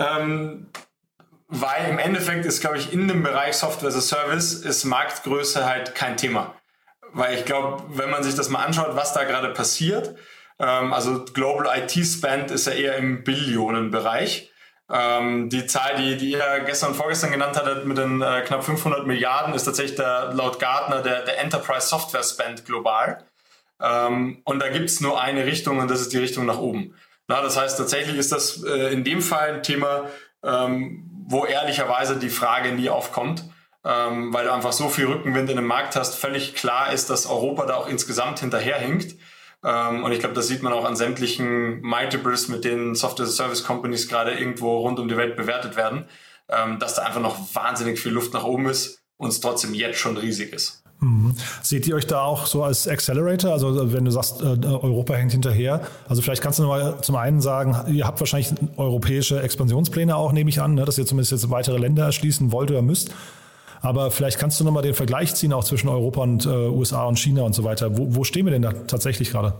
Speaker 6: Weil im Endeffekt ist, glaube ich, in dem Bereich Software as a Service ist Marktgröße halt kein Thema. Weil ich glaube, wenn man sich das mal anschaut, was da gerade passiert, also Global IT Spend ist ja eher im Billionenbereich. Die Zahl, die ihr gestern und vorgestern genannt hattet mit den knapp 500 Milliarden, ist tatsächlich laut Gartner der Enterprise Software Spend global. Und da gibt es nur eine Richtung und das ist die Richtung nach oben. Das heißt, tatsächlich ist das in dem Fall ein Thema, wo ehrlicherweise die Frage nie aufkommt, weil du einfach so viel Rückenwind in dem Markt hast. Völlig klar ist, dass Europa da auch insgesamt hinterherhinkt. Und ich glaube, das sieht man auch an sämtlichen Multiples, mit denen Software-Service-Companies gerade irgendwo rund um die Welt bewertet werden, dass da einfach noch wahnsinnig viel Luft nach oben ist und es trotzdem jetzt schon riesig ist.
Speaker 3: Seht ihr euch da auch so als Accelerator? Also wenn du sagst, Europa hängt hinterher. Also vielleicht kannst du noch mal zum einen sagen, ihr habt wahrscheinlich europäische Expansionspläne auch, nehme ich an, ne, dass ihr zumindest jetzt weitere Länder erschließen wollt oder müsst. Aber vielleicht kannst du noch mal den Vergleich ziehen, auch zwischen Europa und USA und China und so weiter. Wo stehen wir denn da tatsächlich gerade?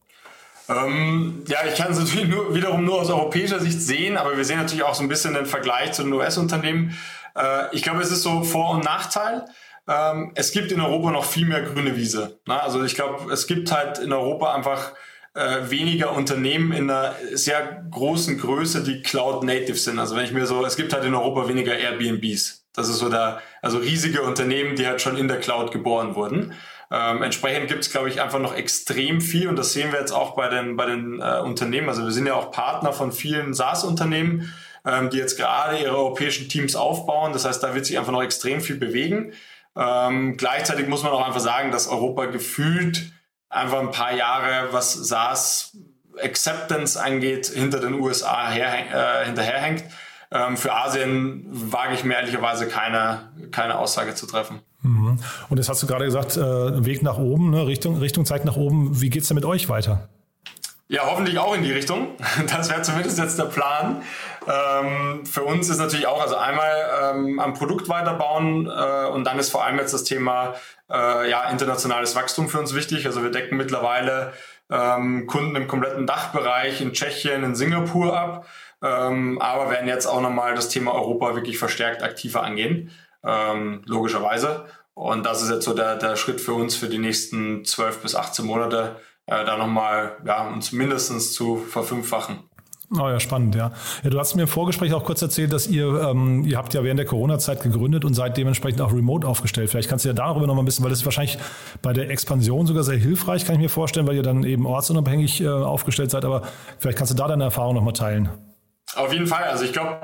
Speaker 6: Ich kann es natürlich wiederum nur aus europäischer Sicht sehen, aber wir sehen natürlich auch so ein bisschen den Vergleich zu den US-Unternehmen. Ich glaube, es ist so Vor- und Nachteil. Es gibt in Europa noch viel mehr grüne Wiese. Also ich glaube, es gibt halt in Europa einfach weniger Unternehmen in einer sehr großen Größe, die Cloud-Native sind. Also es gibt halt in Europa weniger Airbnbs. Das ist so also riesige Unternehmen, die halt schon in der Cloud geboren wurden. Entsprechend gibt es, glaube ich, einfach noch extrem viel und das sehen wir jetzt auch bei den Unternehmen. Also wir sind ja auch Partner von vielen SaaS-Unternehmen, die jetzt gerade ihre europäischen Teams aufbauen. Das heißt, da wird sich einfach noch extrem viel bewegen. Gleichzeitig muss man auch einfach sagen, dass Europa gefühlt einfach ein paar Jahre, was SaaS Acceptance angeht, hinter den USA hinterherhängt. Für Asien wage ich mir ehrlicherweise keine Aussage zu treffen.
Speaker 3: Und jetzt hast du gerade gesagt, Weg nach oben, ne? Richtung zeigt nach oben. Wie geht's denn mit euch weiter?
Speaker 6: Ja, hoffentlich auch in die Richtung. Das wäre zumindest jetzt der Plan. Für uns ist natürlich auch, also einmal am Produkt weiterbauen und dann ist vor allem jetzt das Thema internationales Wachstum für uns wichtig. Also wir decken mittlerweile Kunden im kompletten Dachbereich in Tschechien, in Singapur ab, aber werden jetzt auch nochmal das Thema Europa wirklich verstärkt aktiver angehen, logischerweise. Und das ist jetzt so der Schritt für uns für die nächsten 12 bis 18 Monate, da nochmal uns mindestens zu verfünffachen.
Speaker 3: Oh ja, spannend, ja. Du hast mir im Vorgespräch auch kurz erzählt, dass ihr habt ja während der Corona-Zeit gegründet und seid dementsprechend auch remote aufgestellt. Vielleicht kannst du ja darüber noch mal ein bisschen, weil das ist wahrscheinlich bei der Expansion sogar sehr hilfrisch, kann ich mir vorstellen, weil ihr dann eben ortsunabhängig aufgestellt seid. Aber vielleicht kannst du da deine Erfahrung noch mal teilen.
Speaker 6: Auf jeden Fall. Also ich glaube,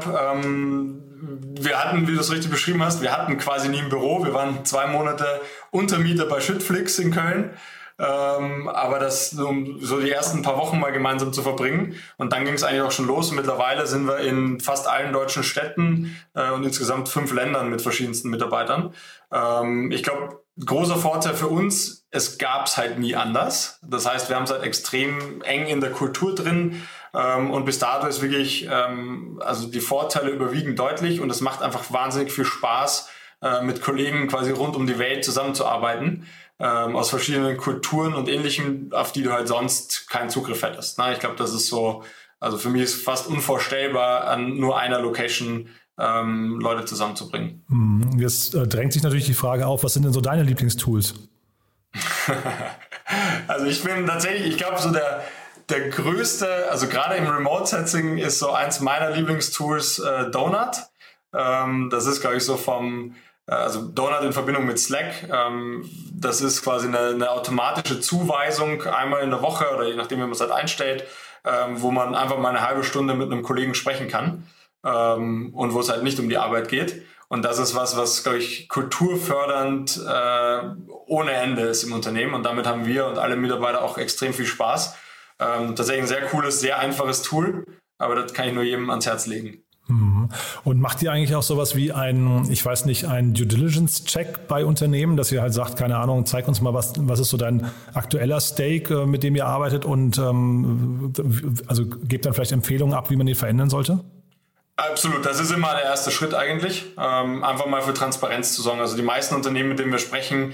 Speaker 6: wir hatten, wie du es richtig beschrieben hast, wir hatten quasi nie ein Büro. Wir waren 2 Monate Untermieter bei Schüttflix in Köln. Aber das, um so die ersten paar Wochen mal gemeinsam zu verbringen. Und dann ging es eigentlich auch schon los. Und mittlerweile sind wir in fast allen deutschen Städten und insgesamt 5 Ländern mit verschiedensten Mitarbeitern. Ich glaube, großer Vorteil für uns, es gab es halt nie anders. Das heißt, wir haben es halt extrem eng in der Kultur drin. Und bis dato ist wirklich, also die Vorteile überwiegen deutlich. Und es macht einfach wahnsinnig viel Spaß, mit Kollegen quasi rund um die Welt zusammenzuarbeiten. Aus verschiedenen Kulturen und Ähnlichem, auf die du halt sonst keinen Zugriff hättest. Ich glaube, das ist so, also für mich ist fast unvorstellbar, an nur einer Location Leute zusammenzubringen.
Speaker 3: Jetzt drängt sich natürlich die Frage auf, was sind denn so deine Lieblingstools?
Speaker 6: Also ich bin tatsächlich, ich glaube, so der größte, also gerade im Remote-Setting ist so eins meiner Lieblingstools Donut. Das ist, glaube ich, so also Donut in Verbindung mit Slack, das ist quasi eine automatische Zuweisung einmal in der Woche oder je nachdem, wie man es halt einstellt, wo man einfach mal eine halbe Stunde mit einem Kollegen sprechen kann und wo es halt nicht um die Arbeit geht. Und das ist was glaube ich, kulturfördernd ohne Ende ist im Unternehmen und damit haben wir und alle Mitarbeiter auch extrem viel Spaß. Tatsächlich ein sehr cooles, sehr einfaches Tool, aber das kann ich nur jedem ans Herz legen.
Speaker 3: Und macht ihr eigentlich auch sowas wie ein Due Diligence-Check bei Unternehmen, dass ihr halt sagt, keine Ahnung, zeig uns mal, was ist so dein aktueller Stake, mit dem ihr arbeitet und also gebt dann vielleicht Empfehlungen ab, wie man den verändern sollte?
Speaker 6: Absolut, das ist immer der erste Schritt eigentlich, einfach mal für Transparenz zu sorgen. Also die meisten Unternehmen, mit denen wir sprechen,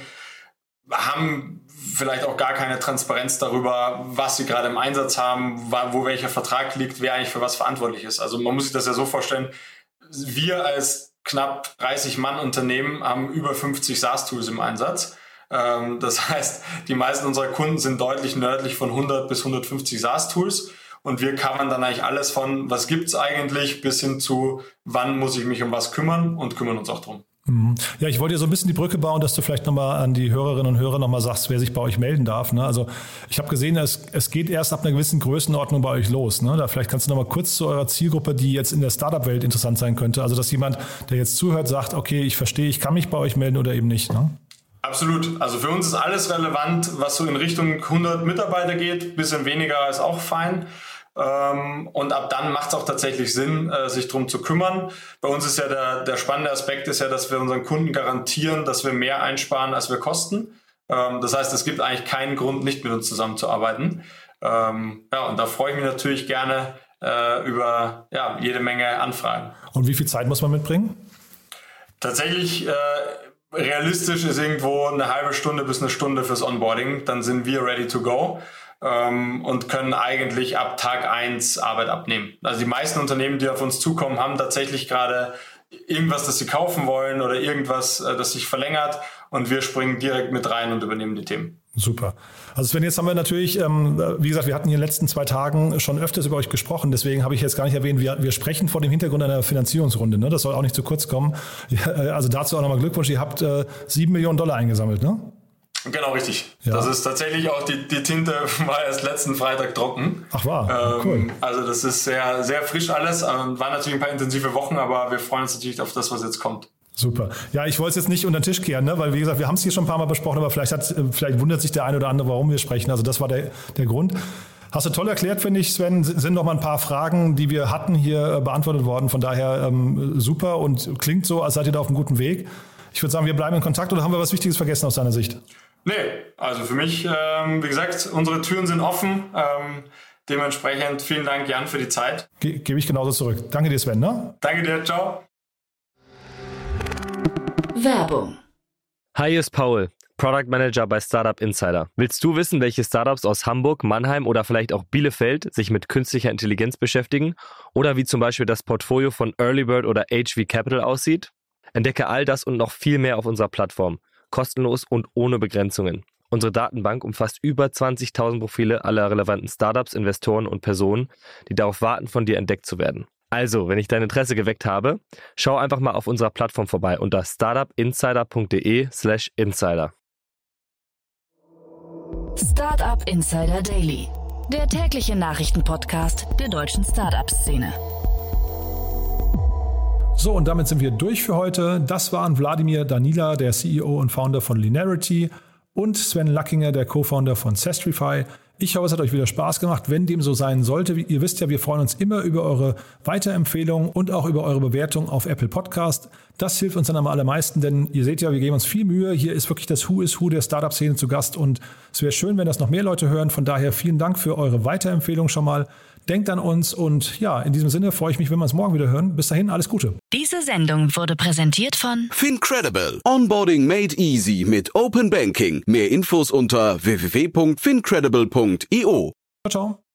Speaker 6: haben vielleicht auch gar keine Transparenz darüber, was sie gerade im Einsatz haben, wo welcher Vertrag liegt, wer eigentlich für was verantwortlich ist. Also man muss sich das ja so vorstellen, wir als knapp 30-Mann-Unternehmen haben über 50 SaaS-Tools im Einsatz. Das heißt, die meisten unserer Kunden sind deutlich nördlich von 100 bis 150 SaaS-Tools und wir covern dann eigentlich alles von, was gibt's eigentlich, bis hin zu, wann muss ich mich um was kümmern und kümmern uns auch drum.
Speaker 3: Ja, ich wollte dir so ein bisschen die Brücke bauen, dass du vielleicht nochmal an die Hörerinnen und Hörer nochmal sagst, wer sich bei euch melden darf. Ne? Also ich habe gesehen, es geht erst ab einer gewissen Größenordnung bei euch los. Ne? Da vielleicht kannst du nochmal kurz zu eurer Zielgruppe, die jetzt in der Startup-Welt interessant sein könnte. Also dass jemand, der jetzt zuhört, sagt, okay, ich verstehe, ich kann mich bei euch melden oder eben nicht. Ne?
Speaker 6: Absolut. Also für uns ist alles relevant, was so in Richtung 100 Mitarbeiter geht. Bisschen weniger ist auch fein. Und ab dann macht es auch tatsächlich Sinn, sich drum zu kümmern. Bei uns ist ja der spannende Aspekt ist ja, dass wir unseren Kunden garantieren, dass wir mehr einsparen, als wir kosten. Das heißt, es gibt eigentlich keinen Grund, nicht mit uns zusammenzuarbeiten. Und da freue ich mich natürlich gerne über jede Menge Anfragen.
Speaker 3: Und wie viel Zeit muss man mitbringen?
Speaker 6: Tatsächlich realistisch ist irgendwo eine halbe Stunde bis eine Stunde fürs Onboarding. Dann sind wir ready to go. Und können eigentlich ab Tag 1 Arbeit abnehmen. Also die meisten Unternehmen, die auf uns zukommen, haben tatsächlich gerade irgendwas, das sie kaufen wollen oder irgendwas, das sich verlängert und wir springen direkt mit rein und übernehmen die Themen.
Speaker 3: Super. Also Sven, jetzt haben wir natürlich, wie gesagt, wir hatten hier in den letzten 2 Tagen schon öfters über euch gesprochen, deswegen habe ich jetzt gar nicht erwähnt, wir sprechen vor dem Hintergrund einer Finanzierungsrunde, ne? Das soll auch nicht zu kurz kommen. Also dazu auch nochmal Glückwunsch, ihr habt $7 Millionen eingesammelt, ne?
Speaker 6: Genau, richtig.
Speaker 3: Ja.
Speaker 6: Das ist tatsächlich auch, die Tinte war erst letzten Freitag trocken.
Speaker 3: Ach wahr, cool.
Speaker 6: Also das ist sehr, sehr frisch alles. Waren natürlich ein paar intensive Wochen, aber wir freuen uns natürlich auf das, was jetzt kommt.
Speaker 3: Super. Ja, ich wollte es jetzt nicht unter den Tisch kehren, ne? Weil wie gesagt, wir haben es hier schon ein paar Mal besprochen, aber vielleicht wundert sich der eine oder andere, warum wir sprechen. Also das war der Grund. Hast du toll erklärt, finde ich, Sven. Sind noch mal ein paar Fragen, die wir hatten, hier beantwortet worden. Von daher super und klingt so, als seid ihr da auf einem guten Weg. Ich würde sagen, wir bleiben in Kontakt, oder haben wir was Wichtiges vergessen aus deiner Sicht?
Speaker 6: Nee, also für mich, wie gesagt, unsere Türen sind offen. Dementsprechend vielen Dank, Jan, für die Zeit.
Speaker 3: Gebe ich genauso zurück. Danke dir, Sven. Ne?
Speaker 6: Danke dir, ciao.
Speaker 1: Werbung.
Speaker 7: Hi, hier ist Paul, Product Manager bei Startup Insider. Willst du wissen, welche Startups aus Hamburg, Mannheim oder vielleicht auch Bielefeld sich mit künstlicher Intelligenz beschäftigen? Oder wie zum Beispiel das Portfolio von Earlybird oder HV Capital aussieht? Entdecke all das und noch viel mehr auf unserer Plattform. Kostenlos und ohne Begrenzungen. Unsere Datenbank umfasst über 20.000 Profile aller relevanten Startups, Investoren und Personen, die darauf warten, von dir entdeckt zu werden. Also, wenn ich dein Interesse geweckt habe, schau einfach mal auf unserer Plattform vorbei unter startupinsider.de/insider.
Speaker 1: Startup Insider Daily, der tägliche Nachrichtenpodcast der deutschen Startup-Szene.
Speaker 3: So, und damit sind wir durch für heute. Das waren Wladimir Danila, der CEO und Founder von Linarity, und Sven Lackinger, der Co-Founder von Sestrify. Ich hoffe, es hat euch wieder Spaß gemacht. Wenn dem so sein sollte, ihr wisst ja, wir freuen uns immer über eure Weiterempfehlungen und auch über eure Bewertung auf Apple Podcast. Das hilft uns dann am allermeisten, denn ihr seht ja, wir geben uns viel Mühe. Hier ist wirklich das Who is Who der Startup-Szene zu Gast und es wäre schön, wenn das noch mehr Leute hören. Von daher vielen Dank für eure Weiterempfehlung schon mal. Denkt an uns und ja, in diesem Sinne freue ich mich, wenn wir uns morgen wieder hören. Bis dahin, alles Gute.
Speaker 1: Diese Sendung wurde präsentiert von
Speaker 2: FinCredible. Onboarding made easy mit Open Banking. Mehr Infos unter www.fincredible.io.
Speaker 3: Ciao, ciao.